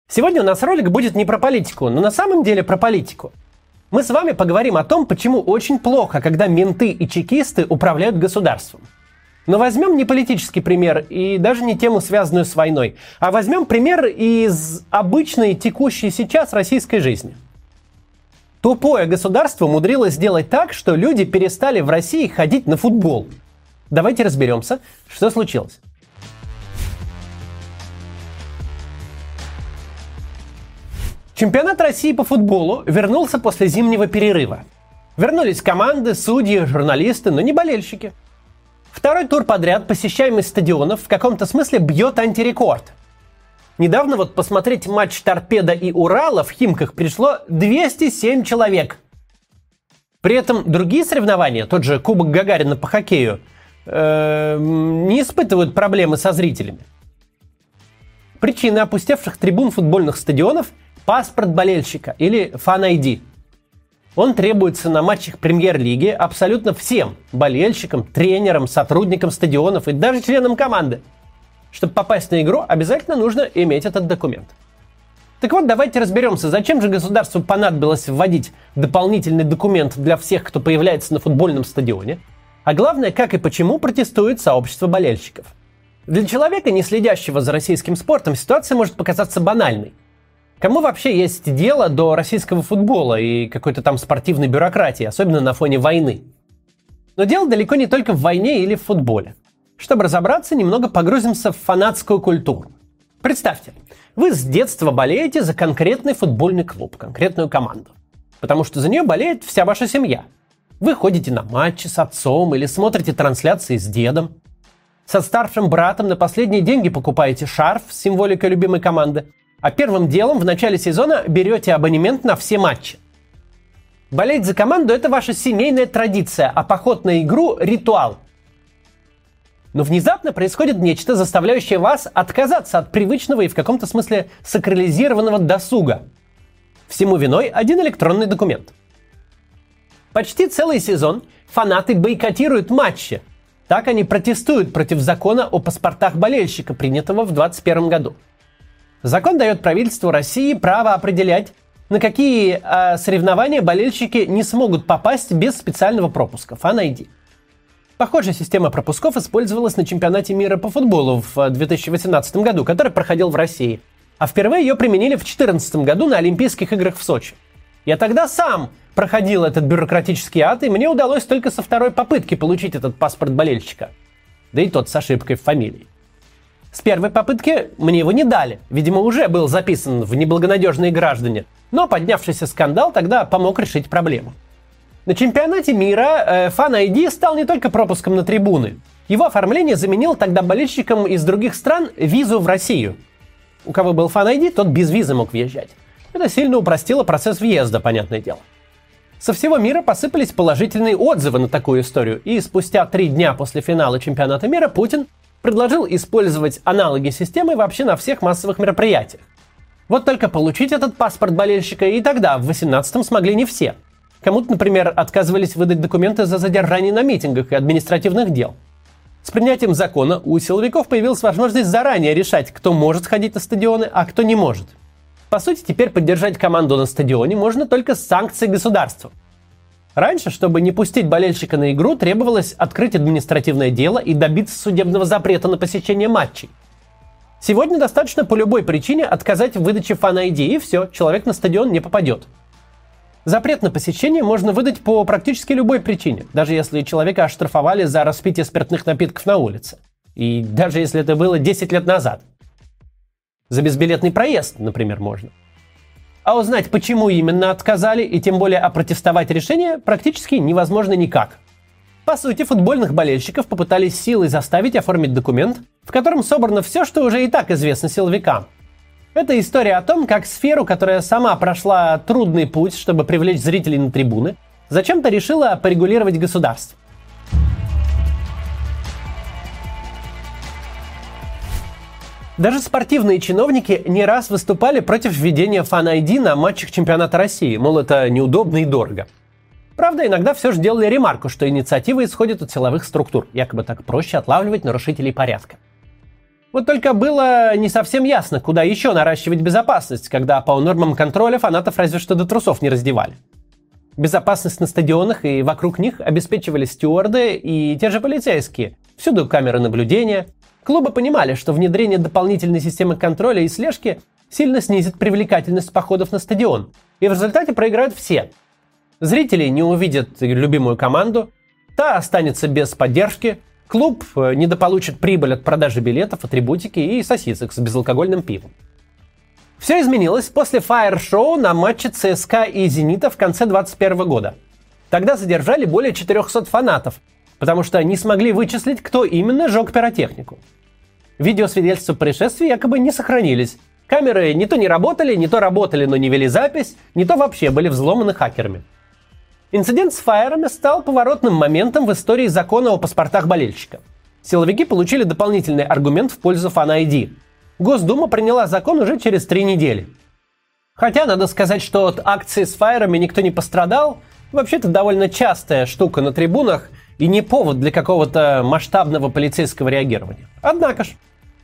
Сегодня у нас ролик будет не про политику, но на самом деле про политику. Мы с вами поговорим о том, почему очень плохо, когда менты и чекисты управляют государством. Но возьмем не политический пример и даже не тему, связанную с войной, а возьмем пример из обычной, текущей сейчас российской жизни. Тупое государство умудрилось сделать так, что люди перестали в России ходить на футбол. Давайте разберемся, что случилось. Чемпионат России по футболу вернулся после зимнего перерыва. Вернулись команды, судьи, журналисты, но не болельщики. Второй тур подряд посещаемость стадионов в каком-то смысле бьет антирекорд. Недавно посмотреть матч «Торпедо» и «Урала» в Химках пришло 207 человек. При этом другие соревнования, тот же Кубок Гагарина по хоккею, не испытывают проблемы со зрителями. Причина опустевших трибун футбольных стадионов – паспорт болельщика или Fan-ID. Он требуется на матчах премьер-лиги абсолютно всем болельщикам, тренерам, сотрудникам стадионов и даже членам команды. Чтобы попасть на игру, обязательно нужно иметь этот документ. Так вот, давайте разберемся, зачем же государству понадобилось вводить дополнительный документ для всех, кто появляется на футбольном стадионе, а главное, как и почему протестует сообщество болельщиков. Для человека, не следящего за российским спортом, ситуация может показаться банальной. Кому вообще есть дело до российского футбола и какой-то там спортивной бюрократии, особенно на фоне войны? Но дело далеко не только в войне или в футболе. Чтобы разобраться, немного погрузимся в фанатскую культуру. Представьте, вы с детства болеете за конкретный футбольный клуб, конкретную команду. Потому что за нее болеет вся ваша семья. Вы ходите на матчи с отцом или смотрите трансляции с дедом. Со старшим братом на последние деньги покупаете шарф с символикой любимой команды. А первым делом в начале сезона берете абонемент на все матчи. Болеть за команду – это ваша семейная традиция, а поход на игру – ритуал. Но внезапно происходит нечто, заставляющее вас отказаться от привычного и в каком-то смысле сакрализированного досуга. Всему виной один электронный документ. Почти целый сезон фанаты бойкотируют матчи. Так они протестуют против закона о паспортах болельщика, принятого в 2021 году. Закон дает правительству России право определять, на какие соревнования болельщики не смогут попасть без специального пропуска – Fan-ID. Похожая система пропусков использовалась на чемпионате мира по футболу в 2018 году, который проходил в России. А впервые ее применили в 2014 году на Олимпийских играх в Сочи. Я тогда сам проходил этот бюрократический ад, и мне удалось только со второй попытки получить этот паспорт болельщика. Да и тот с ошибкой в фамилии. С первой попытки мне его не дали. Видимо, уже был записан в неблагонадежные граждане. Но поднявшийся скандал тогда помог решить проблему. На чемпионате мира Fan-ID стал не только пропуском на трибуны. Его оформление заменило тогда болельщикам из других стран визу в Россию. У кого был Fan-ID, тот без визы мог въезжать. Это сильно упростило процесс въезда, понятное дело. Со всего мира посыпались положительные отзывы на такую историю. И спустя 3 дня после финала чемпионата мира Путин предложил использовать аналоги системы вообще на всех массовых мероприятиях. Вот только получить этот паспорт болельщика и тогда, в 18-м, смогли не все. Кому-то, например, отказывались выдать документы за задержание на митингах и административных дел. С принятием закона у силовиков появилась возможность заранее решать, кто может ходить на стадионы, а кто не может. По сути, теперь поддержать команду на стадионе можно только с санкцией государства. Раньше, чтобы не пустить болельщика на игру, требовалось открыть административное дело и добиться судебного запрета на посещение матчей. Сегодня достаточно по любой причине отказать в выдаче Fan-ID, и все, человек на стадион не попадет. Запрет на посещение можно выдать по практически любой причине, даже если человека оштрафовали за распитие спиртных напитков на улице. И даже если это было 10 лет назад. За безбилетный проезд, например, можно. А узнать, почему именно отказали, и тем более опротестовать решение, практически невозможно никак. По сути, футбольных болельщиков попытались силой заставить оформить документ, в котором собрано все, что уже и так известно силовикам. Это история о том, как сферу, которая сама прошла трудный путь, чтобы привлечь зрителей на трибуны, зачем-то решила порегулировать государство. Даже спортивные чиновники не раз выступали против введения Fan-ID на матчах чемпионата России, мол, это неудобно и дорого. Правда, иногда все же делали ремарку, что инициатива исходит от силовых структур, якобы так проще отлавливать нарушителей порядка. Вот только было не совсем ясно, куда еще наращивать безопасность, когда по нормам контроля фанатов разве что до трусов не раздевали. Безопасность на стадионах и вокруг них обеспечивали стюарды и те же полицейские. Всюду камеры наблюдения. Клубы понимали, что внедрение дополнительной системы контроля и слежки сильно снизит привлекательность походов на стадион. И в результате проиграют все. Зрители не увидят любимую команду, та останется без поддержки, клуб недополучит прибыль от продажи билетов, атрибутики и сосисок с безалкогольным пивом. Все изменилось после фаер-шоу на матче ЦСКА и «Зенита» в конце 2021 года. Тогда задержали более 400 фанатов, потому что не смогли вычислить, кто именно жег пиротехнику. Видеосвидетельства происшествия якобы не сохранились. Камеры не то не работали, но не вели запись, не то вообще были взломаны хакерами. Инцидент с фаерами стал поворотным моментом в истории закона о паспортах болельщика. Силовики получили дополнительный аргумент в пользу Fan-ID. Госдума приняла закон уже через 3 недели. Хотя, надо сказать, что от акции с фаерами никто не пострадал. Вообще-то довольно частая штука на трибунах и не повод для какого-то масштабного полицейского реагирования. Однако ж.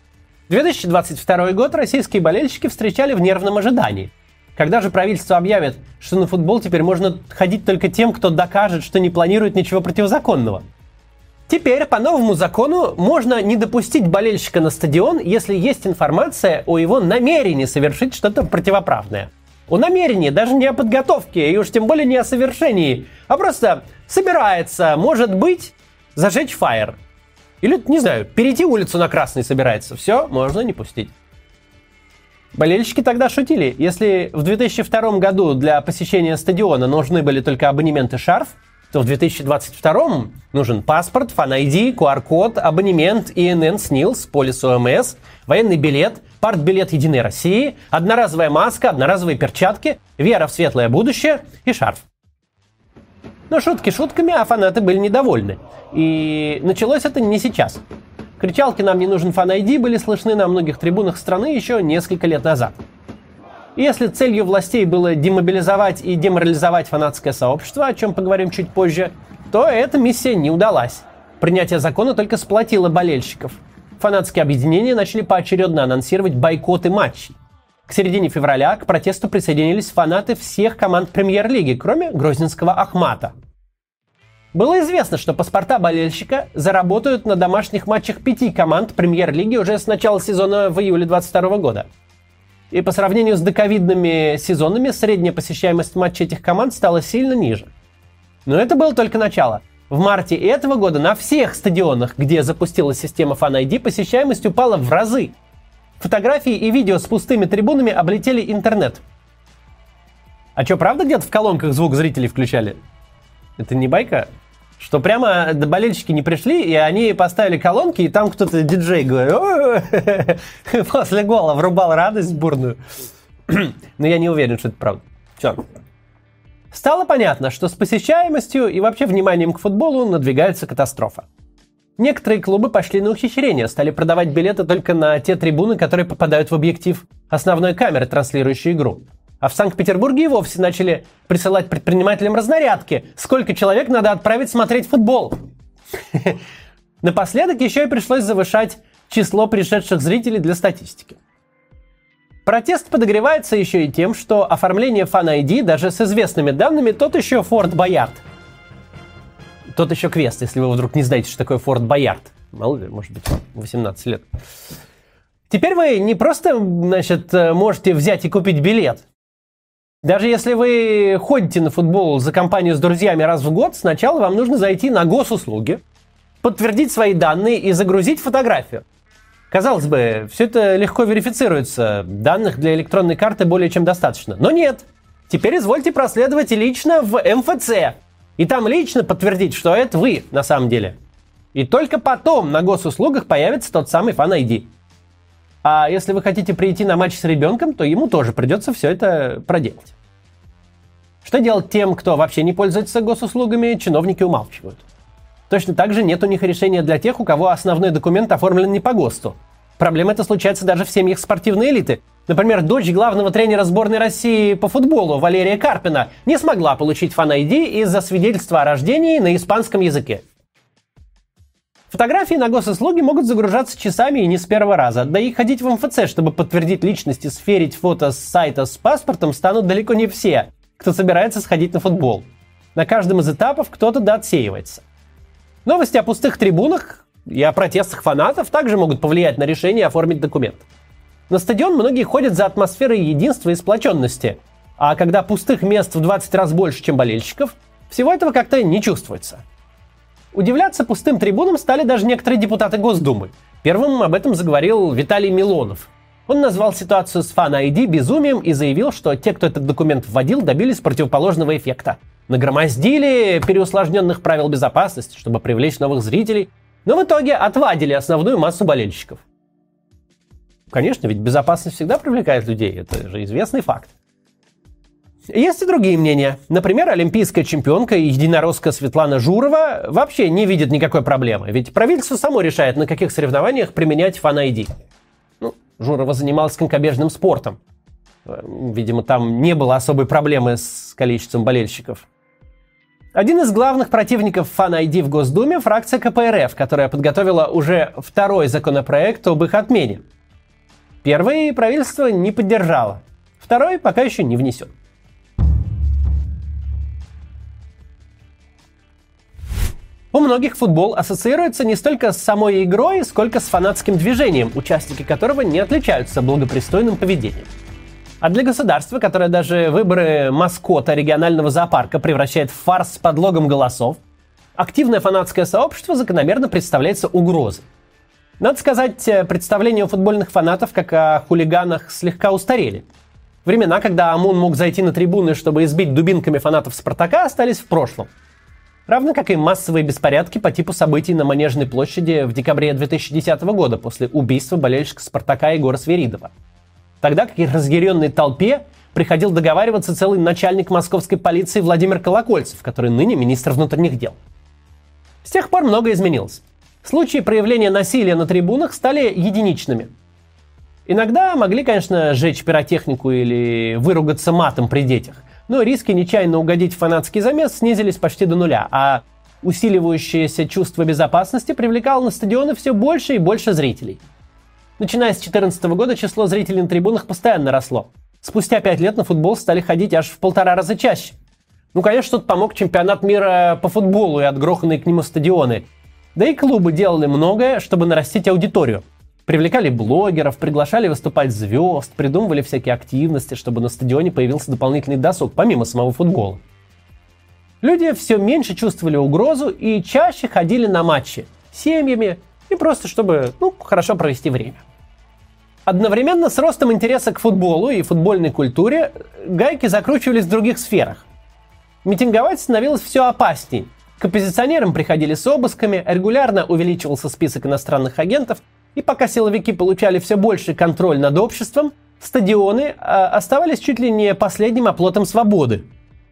2022 год российские болельщики встречали в нервном ожидании. Когда же правительство объявит, что на футбол теперь можно ходить только тем, кто докажет, что не планирует ничего противозаконного? Теперь по новому закону можно не допустить болельщика на стадион, если есть информация о его намерении совершить что-то противоправное. О намерении, даже не о подготовке, и уж тем более не о совершении, а просто собирается, может быть, зажечь фаер. Или, не знаю, перейти улицу на красный собирается. Все, можно не пустить. Болельщики тогда шутили. Если в 2002 году для посещения стадиона нужны были только абонемент и шарф, то в 2022 нужен паспорт, Fan-ID, QR-код, абонемент, ИНН, СНИЛС, полис ОМС, военный билет, партбилет Единой России, одноразовая маска, одноразовые перчатки, вера в светлое будущее и шарф. Но шутки шутками, а фанаты были недовольны. И началось это не сейчас. Кричалки «Нам не нужен Fan-ID» были слышны на многих трибунах страны еще несколько лет назад. И если целью властей было демобилизовать и деморализовать фанатское сообщество, о чем поговорим чуть позже, то эта миссия не удалась. Принятие закона только сплотило болельщиков. Фанатские объединения начали поочередно анонсировать бойкоты матчей. К середине февраля к протесту присоединились фанаты всех команд премьер-лиги, кроме грозненского «Ахмата». Было известно, что паспорта болельщика заработают на домашних матчах 5 команд премьер-лиги уже с начала сезона в июле 2022 года. И по сравнению с доковидными сезонами средняя посещаемость матчей этих команд стала сильно ниже. Но это было только начало. В марте этого года на всех стадионах, где запустилась система Fan-ID, посещаемость упала в разы. Фотографии и видео с пустыми трибунами облетели интернет. А что, правда где-то в колонках звук зрителей включали? Это не байка? Что прямо болельщики не пришли, и они поставили колонки, и там кто-то, диджей, говорит, после гола врубал радость бурную. Но я не уверен, что это правда. Все. Стало понятно, что с посещаемостью и вообще вниманием к футболу надвигается катастрофа. Некоторые клубы пошли на ухищрение, стали продавать билеты только на те трибуны, которые попадают в объектив основной камеры, транслирующей игру. А в Санкт-Петербурге и вовсе начали присылать предпринимателям разнарядки, сколько человек надо отправить смотреть футбол. Напоследок еще и пришлось завышать число пришедших зрителей для статистики. Протест подогревается еще и тем, что оформление Fan-ID даже с известными данными тот еще Форт Боярд. Тот еще квест, если вы вдруг не знаете, что такое Форт Боярд. Мало ли, может быть, 18 лет. Теперь вы не просто, можете взять и купить билет. Даже если вы ходите на футбол за компанию с друзьями раз в год, сначала вам нужно зайти на госуслуги, подтвердить свои данные и загрузить фотографию. Казалось бы, все это легко верифицируется, данных для электронной карты более чем достаточно. Но нет, теперь извольте проследовать лично в МФЦ, и там лично подтвердить, что это вы на самом деле. И только потом на госуслугах появится тот самый Fan-ID. А если вы хотите прийти на матч с ребенком, то ему тоже придется все это проделать. Что делать тем, кто вообще не пользуется госуслугами, чиновники умалчивают. Точно так же нет у них решения для тех, у кого основной документ оформлен не по ГОСТу. Проблема эта случается даже в семьях спортивной элиты. Например, дочь главного тренера сборной России по футболу Валерия Карпина не смогла получить Fan-ID из-за свидетельства о рождении на испанском языке. Фотографии на госуслуги могут загружаться часами и не с первого раза. Да и ходить в МФЦ, чтобы подтвердить личность и сферить фото с сайта с паспортом, станут далеко не все, кто собирается сходить на футбол. На каждом из этапов кто-то доотсеивается. Новости о пустых трибунах и о протестах фанатов также могут повлиять на решение оформить документ. На стадион многие ходят за атмосферой единства и сплоченности, а когда пустых мест в 20 раз больше, чем болельщиков, всего этого как-то не чувствуется. Удивляться пустым трибунам стали даже некоторые депутаты Госдумы. Первым об этом заговорил Виталий Милонов. Он назвал ситуацию с Fan ID безумием и заявил, что те, кто этот документ вводил, добились противоположного эффекта. Нагромоздили переусложненных правил безопасности, чтобы привлечь новых зрителей, но в итоге отвадили основную массу болельщиков. Конечно, ведь безопасность всегда привлекает людей, это же известный факт. Есть и другие мнения. Например, олимпийская чемпионка и единоросска Светлана Журова вообще не видит никакой проблемы, ведь правительство само решает, на каких соревнованиях применять Fan ID. Журова занималась конькобежным спортом. Видимо, там не было особой проблемы с количеством болельщиков. Один из главных противников Fan ID в Госдуме – фракция КПРФ, которая подготовила уже второй законопроект об их отмене. Первый правительство не поддержало, второй пока еще не внесен. У многих футбол ассоциируется не столько с самой игрой, сколько с фанатским движением, участники которого не отличаются благопристойным поведением. А для государства, которое даже выборы маскота регионального зоопарка превращает в фарс с подлогом голосов, активное фанатское сообщество закономерно представляется угрозой. Надо сказать, представления у футбольных фанатов, как о хулиганах, слегка устарели. Времена, когда ОМОН мог зайти на трибуны, чтобы избить дубинками фанатов «Спартака», остались в прошлом. Равно как и массовые беспорядки по типу событий на Манежной площади в декабре 2010 года после убийства болельщика «Спартака» Егора Свиридова. Тогда к разъяренной толпе приходил договариваться целый начальник московской полиции Владимир Колокольцев, который ныне министр внутренних дел. С тех пор многое изменилось. Случаи проявления насилия на трибунах стали единичными. Иногда могли, конечно, сжечь пиротехнику или выругаться матом при детях, но риски нечаянно угодить в фанатский замес снизились почти до нуля, а усиливающееся чувство безопасности привлекало на стадионы все больше и больше зрителей. Начиная с 2014 года число зрителей на трибунах постоянно росло. Спустя 5 лет на футбол стали ходить аж в 1,5 раза чаще. Конечно, тут помог чемпионат мира по футболу и отгроханные к нему стадионы. Да и клубы делали многое, чтобы нарастить аудиторию. Привлекали блогеров, приглашали выступать звезд, придумывали всякие активности, чтобы на стадионе появился дополнительный досуг, помимо самого футбола. Люди все меньше чувствовали угрозу и чаще ходили на матчи с семьями и просто чтобы, хорошо провести время. Одновременно с ростом интереса к футболу и футбольной культуре гайки закручивались в других сферах. Митинговать становилось все опасней. К оппозиционерам приходили с обысками, регулярно увеличивался список иностранных агентов, и пока силовики получали все больший контроль над обществом, стадионы оставались чуть ли не последним оплотом свободы.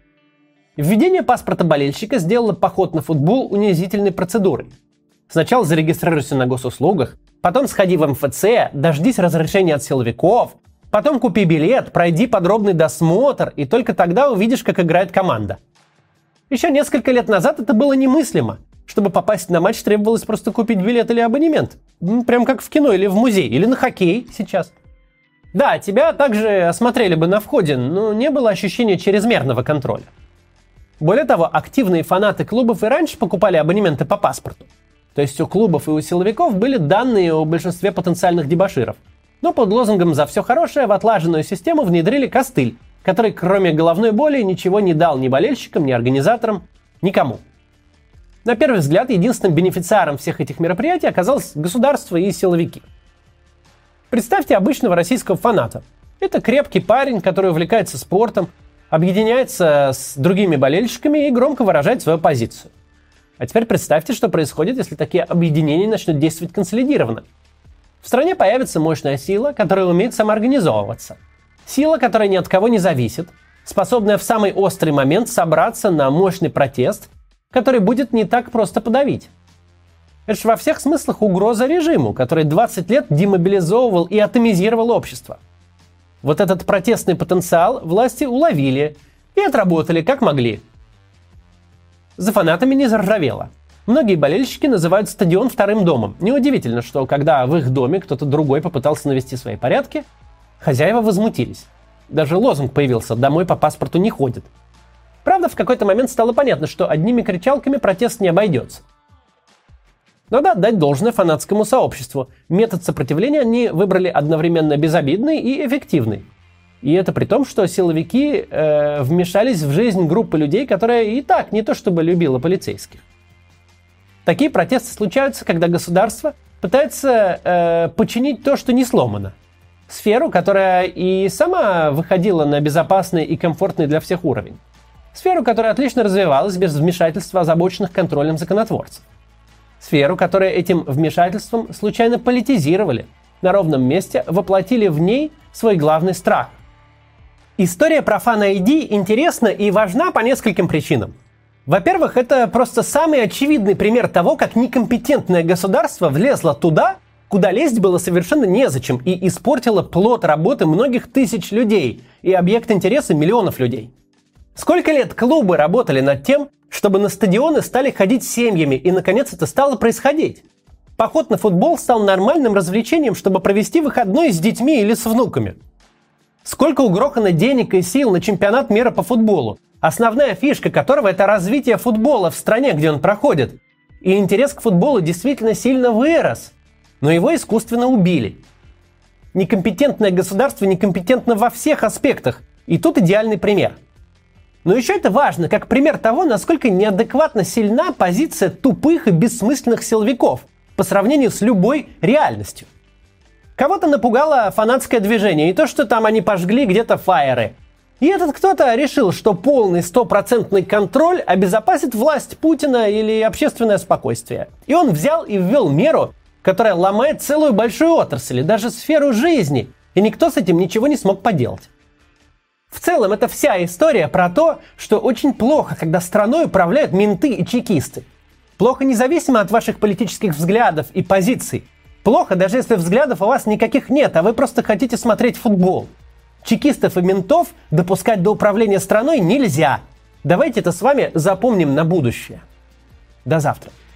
Введение паспорта болельщика сделало поход на футбол унизительной процедурой. Сначала зарегистрируйся на госуслугах, потом сходи в МФЦ, дождись разрешения от силовиков, потом купи билет, пройди подробный досмотр, и только тогда увидишь, как играет команда. Еще несколько лет назад это было немыслимо. Чтобы попасть на матч, требовалось просто купить билет или абонемент. Прям как в кино или в музей, или на хоккей сейчас. Да, тебя также осмотрели бы на входе, но не было ощущения чрезмерного контроля. Более того, активные фанаты клубов и раньше покупали абонементы по паспорту. То есть у клубов и у силовиков были данные о большинстве потенциальных дебоширов. Но под лозунгом «За все хорошее» в отлаженную систему внедрили костыль, который кроме головной боли ничего не дал ни болельщикам, ни организаторам, никому. На первый взгляд, единственным бенефициаром всех этих мероприятий оказалось государство и силовики. Представьте обычного российского фаната. Это крепкий парень, который увлекается спортом, объединяется с другими болельщиками и громко выражает свою позицию. А теперь представьте, что происходит, если такие объединения начнут действовать консолидированно. В стране появится мощная сила, которая умеет самоорганизовываться. Сила, которая ни от кого не зависит, способная в самый острый момент собраться на мощный протест, который будет не так просто подавить. Это же во всех смыслах угроза режиму, который 20 лет демобилизовывал и атомизировал общество. Вот этот протестный потенциал власти уловили и отработали как могли. За фанатами не заржавело. Многие болельщики называют стадион вторым домом. Неудивительно, что когда в их доме кто-то другой попытался навести свои порядки, хозяева возмутились. Даже лозунг появился «Домой по паспорту не ходит». Правда, в какой-то момент стало понятно, что одними кричалками протест не обойдется. Надо отдать должное фанатскому сообществу. Метод сопротивления они выбрали одновременно безобидный и эффективный. И это при том, что силовики вмешались в жизнь группы людей, которая и так не то чтобы любила полицейских. Такие протесты случаются, когда государство пытается починить то, что не сломано. Сферу, которая и сама выходила на безопасный и комфортный для всех уровень. Сферу, которая отлично развивалась без вмешательства озабоченных контролем законотворцев. Сферу, которая этим вмешательством случайно политизировали, на ровном месте воплотили в ней свой главный страх. История про Fan ID интересна и важна по нескольким причинам. Во-первых, это просто самый очевидный пример того, как некомпетентное государство влезло туда, куда лезть было совершенно незачем, и испортило плод работы многих тысяч людей и объект интереса миллионов людей. Сколько лет клубы работали над тем, чтобы на стадионы стали ходить семьями, и наконец это стало происходить. Поход на футбол стал нормальным развлечением, чтобы провести выходной с детьми или с внуками. Сколько угрохано денег и сил на чемпионат мира по футболу, основная фишка которого – это развитие футбола в стране, где он проходит. И интерес к футболу действительно сильно вырос, но его искусственно убили. Некомпетентное государство некомпетентно во всех аспектах, и тут идеальный пример. Но еще это важно, как пример того, насколько неадекватно сильна позиция тупых и бессмысленных силовиков по сравнению с любой реальностью. Кого-то напугало фанатское движение и то, что там они пожгли где-то фаеры. И этот кто-то решил, что полный 100% контроль обезопасит власть Путина или общественное спокойствие. И он взял и ввел меру, которая ломает целую большую отрасль и даже сферу жизни, и никто с этим ничего не смог поделать. В целом, это вся история про то, что очень плохо, когда страной управляют менты и чекисты. Плохо независимо от ваших политических взглядов и позиций. Плохо, даже если взглядов у вас никаких нет, а вы просто хотите смотреть футбол. Чекистов и ментов допускать до управления страной нельзя. Давайте это с вами запомним на будущее. До завтра.